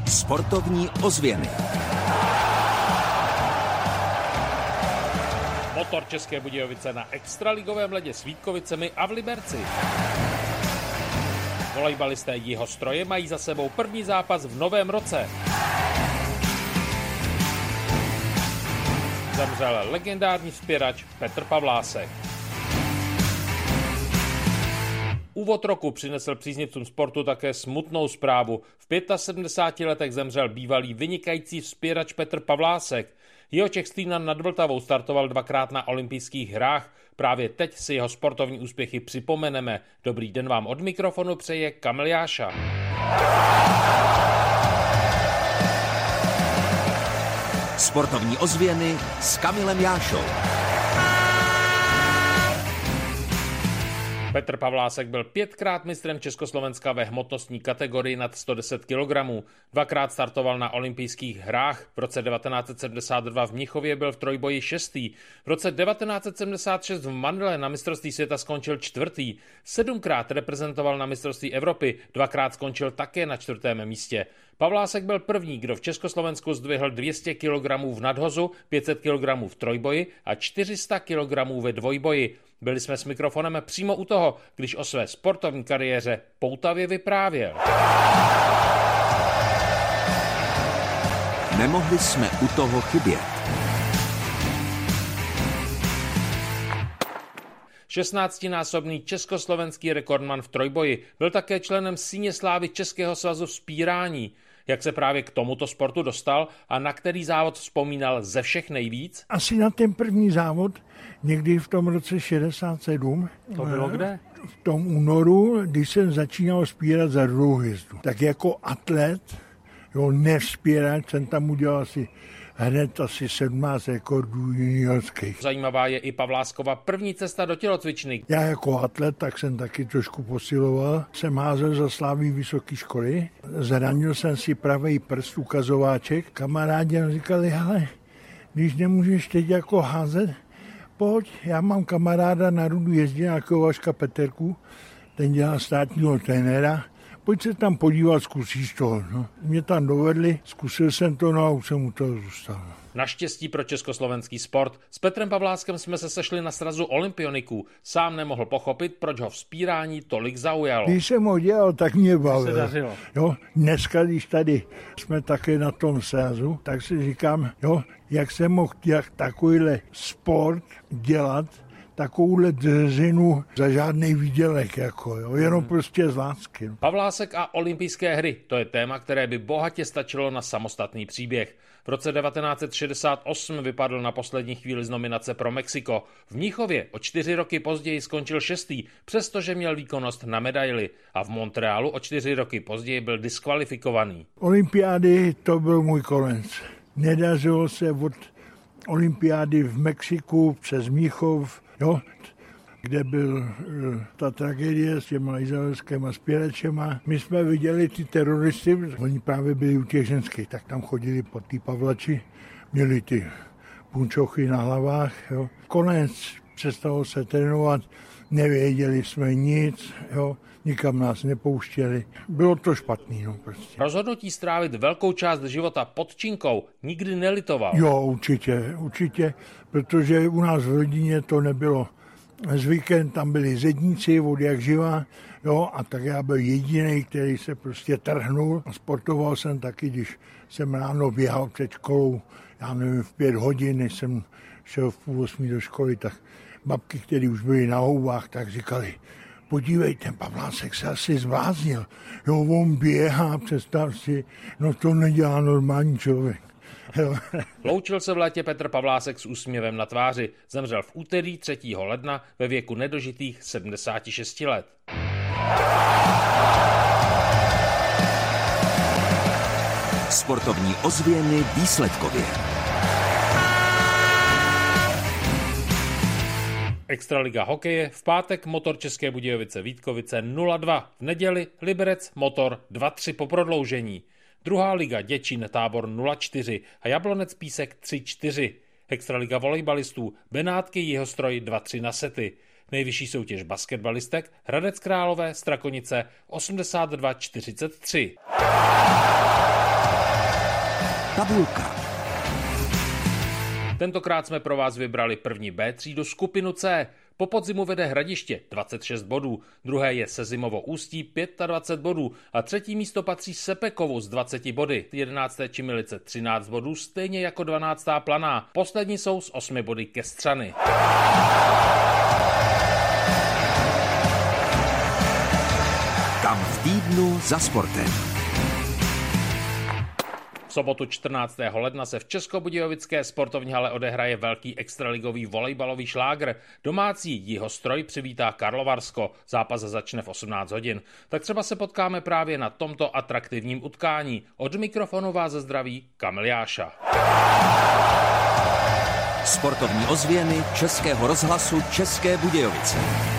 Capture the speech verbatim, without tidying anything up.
Sportovní ozvěny. Motor České Budějovice na extraligovém ledě s Vítkovicemi a v Liberci. Volejbalisté Jihostroje mají za sebou první zápas v novém roce. Zemřel legendární vzpěrač Petr Pavlásek. Úvod roku přinesl příznivcům sportu také smutnou zprávu. V sedmdesáti pěti letech zemřel bývalý vynikající vzpěrač Petr Pavlásek. Jihočech Zlína nad Vltavou startoval dvakrát na olympijských hrách. Právě teď si jeho sportovní úspěchy připomeneme. Dobrý den vám od mikrofonu přeje Kamil Jáša. Sportovní ozvěny s Kamilem Jášou. Petr Pavlásek byl pětkrát mistrem Československa ve hmotnostní kategorii nad sto deset kilogramů. Dvakrát startoval na olympijských hrách. V roce devatenáct set sedmdesát dva v Mnichově byl v trojboji šestý. V roce devatenáct set sedmdesát šest v Mandle na mistrovství světa skončil čtvrtý. Sedmkrát reprezentoval na mistrovství Evropy. Dvakrát skončil také na čtvrtém místě. Pavlásek byl první, kdo v Československu zdvihl dvě stě kilogramů v nadhozu, pět set kilogramů v trojboji a čtyři sta kilogramů ve dvojboji. Byli jsme s mikrofonem přímo u toho, když o své sportovní kariéře poutavě vyprávěl. Nemohli jsme u toho chybět. šestnáctinásobný československý rekordman v trojboji, byl také členem síně slávy Českého svazu vzpírání. Jak se právě k tomuto sportu dostal a na který závod vzpomínal ze všech nejvíc? Asi na ten první závod, někdy v tom roce šedesát sedm. To bylo kde? V tom únoru, když jsem začínal vzpírat za druhou hvězdu. Tak jako atlet, jo, nevzpírač, jsem tam udělal asi hned asi sedmnáct rekordů juniorských. Zajímavá je i Pavláskova první cesta do tělocvičny. Já jako atlet, tak jsem taky trošku posiloval. Jsem házel za Sláví vysoké školy. Zranil jsem si pravý prst, ukazováček. Kamarádi říkali, hele, když nemůžeš teď jako házet, pojď, já mám kamaráda na Rudu jezdí nějakého Vaška Peterku, ten dělá státního trenéra. Pojď se tam podívat, zkusíš to. No. Mě tam dovedli, zkusil jsem to, no a už jsem u toho zůstal. Naštěstí pro československý sport. S Petrem Pavláskem jsme se sešli na srazu olympioniků. Sám nemohl pochopit, proč ho vzpírání tolik zaujalo. Když jsem ho dělal, tak mě bavil. Jo, dneska, když tady jsme také na tom srazu, tak si říkám, jo, jak jsem mohl jak takovýhle sport dělat, takovouhle dřezinu za žádný výdělek, jako, jo, jenom hmm. prostě z lásky. Pavlásek a olympijské hry, to je téma, které by bohatě stačilo na samostatný příběh. V roce devatenáct set šedesát osm vypadl na poslední chvíli z nominace pro Mexiko. V Mnichově o čtyři roky později skončil šestý, přestože měl výkonnost na medaili. A v Montrealu o čtyři roky později byl diskvalifikovaný. Olympiády, to byl můj konec. Nedařilo se od olympiády v Mexiku přes Mnichov, jo, kde byl ta tragédie s těma izraelskýma zpěračema. My jsme viděli ty teroristy, oni právě byli u těch ženských, tak tam chodili po ty pavlači, měli ty punčochy na hlavách. Jo. Konec, přestalo se trénovat, nevěděli jsme nic, jo. Nikam nás nepouštěli. Bylo to špatný, no prostě. Rozhodnutí strávit velkou část života pod činkou nikdy nelitoval. Jo, určitě, určitě, protože u nás v rodině to nebylo zvykem, tam byli zedníci od jak živa, jo, a tak já byl jediný, který se prostě trhnul. Sportoval jsem taky, když jsem ráno běhal před školou, já nevím, v pět hodin, než jsem šel v půl osmí do školy, tak babky, které už byly na houbách, tak říkali, podívej, ten Pavlásek se asi zbláznil. Jo, on běhá, představ si, no to nedělá normální člověk. Loučil se v létě Petr Pavlásek s úsměvem na tváři. Zemřel v úterý třetího ledna ve věku nedožitých sedmdesáti šesti let. Sportovní ozvěny výsledkově. Extraliga hokeje, v pátek Motor České Budějovice Vítkovice nula dva, v neděli Liberec Motor dva tři po prodloužení. Druhá liga Děčín Tábor nula čtyři a Jablonec Písek tři čtyři. Extraliga volejbalistů Benátky Jihostroj dva tři na sety. Nejvyšší soutěž basketbalistek Hradec Králové Strakonice osmdesát dva čtyřicet tři. tabulka. Tentokrát jsme pro vás vybrali první B třídu skupinu C. Po podzimu vede Hradiště dvacet šest bodů, druhé je Sezimovo Ústí dvacet pět bodů a třetí místo patří Sepekovu s dvaceti body, jedenácté Čimilice třináct bodů, stejně jako dvanáctá Planá. Poslední jsou s osmi body Kestřany. Kam v týdnu za sportem. V sobotu čtrnáctého ledna se v Českobudějovické sportovní hale odehraje velký extraligový volejbalový šlágr. Domácí Jihostroj přivítá Karlovarsko. Zápas začne v osmnáct hodin. Tak třeba se potkáme právě na tomto atraktivním utkání. Od mikrofonu vás zdraví Kamil Jáša. Sportovní ozvěny Českého rozhlasu České Budějovice.